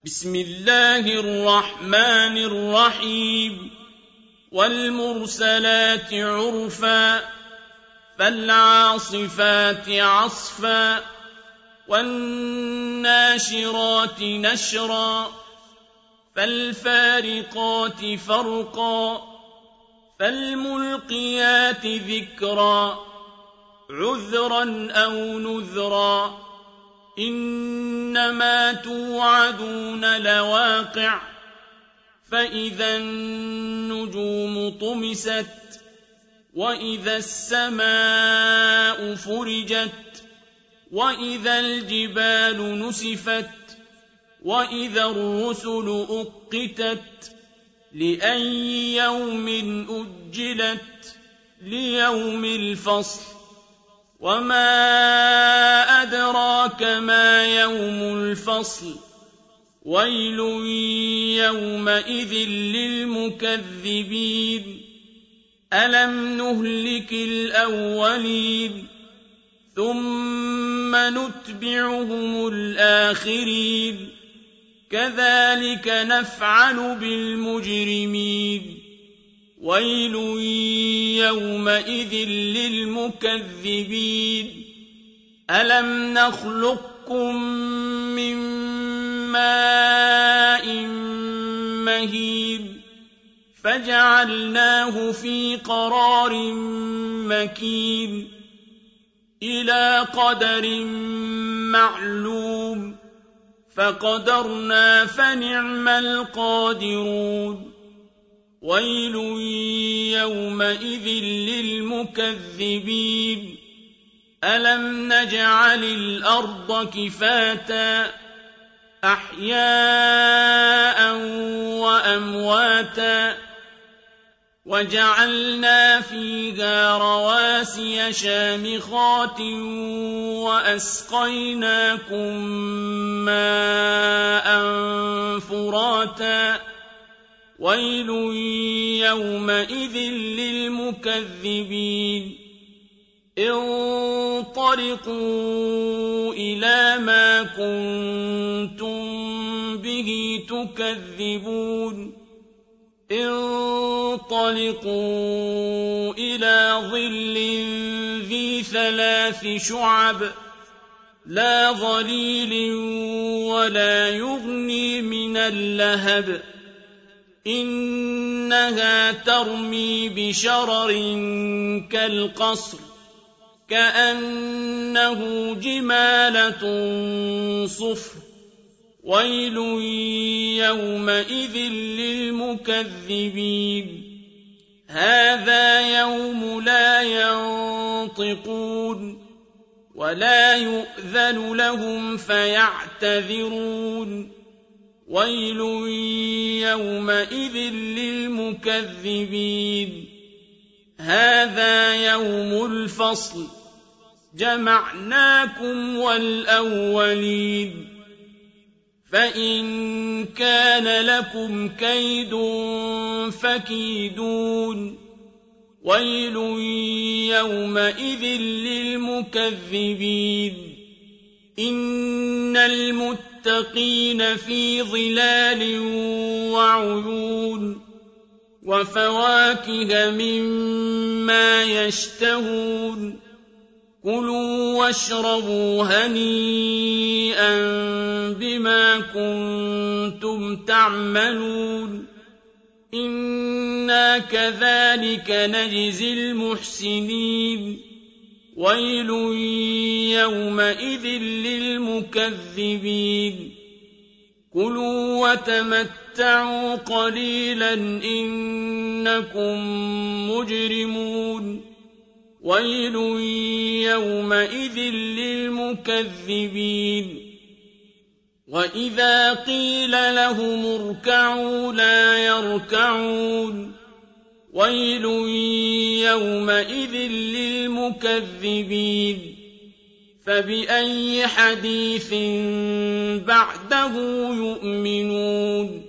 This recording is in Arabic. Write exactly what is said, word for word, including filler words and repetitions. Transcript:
بسم الله الرحمن الرحيم والمرسلات عرفا فالعاصفات عصفا والناشرات نشرا فالفارقات فرقا فالملقيات ذكرا عذرا أو نذرا إنما توعدون لواقع فإذا النجوم طمست وإذا السماء فرجت وإذا الجبال نسفت وإذا الرسل أقتت لأي يوم أجلت ليوم الفصل وما أدراك ما يوم الفصل ويل يومئذ للمكذبين ألم نهلك الأولين ثم نتبعهم الآخرين كذلك نفعل بالمجرمين ويل يومئذ للمكذبين ألم نخلقكم من ماء مهين فجعلناه في قرار مكين إلى قدر معلوم فقدرنا فنعم القادرون ويل يومئذ للمكذبين ألم نجعل الأرض كفاتا أحياء وأمواتا وجعلنا فيها رواسي شامخات وأسقيناكم ماء فراتا ويل يومئذ للمكذبين انطلقوا إلى ما كنتم به تكذبون انطلقوا إلى ظل ذي ثلاث شعب لا ظليل ولا يغني من اللهب إنها ترمي بشرر كالقصر كأنه جمالة صفر ويل يومئذ للمكذبين هذا يوم لا ينطقون ولا يؤذن لهم فيعتذرون ويل يومئذ للمكذبين هذا يوم الفصل جمعناكم والأولين فإن كان لكم كيد فكيدون ويل يومئذ للمكذبين إن المتقين في ظلال وعيون وفواكه مما يشتهون كلوا واشربوا هنيئا بما كنتم تعملون إنا كذلك نجزي المحسنين ويل يومئذ للمكذبين كلوا وتمتعوا قليلا إنكم مجرمون ويل يومئذ للمكذبين وإذا قيل لهم اركعوا لا يركعون ويل يومئذ للمكذبين فبأي حديث بعده يؤمنون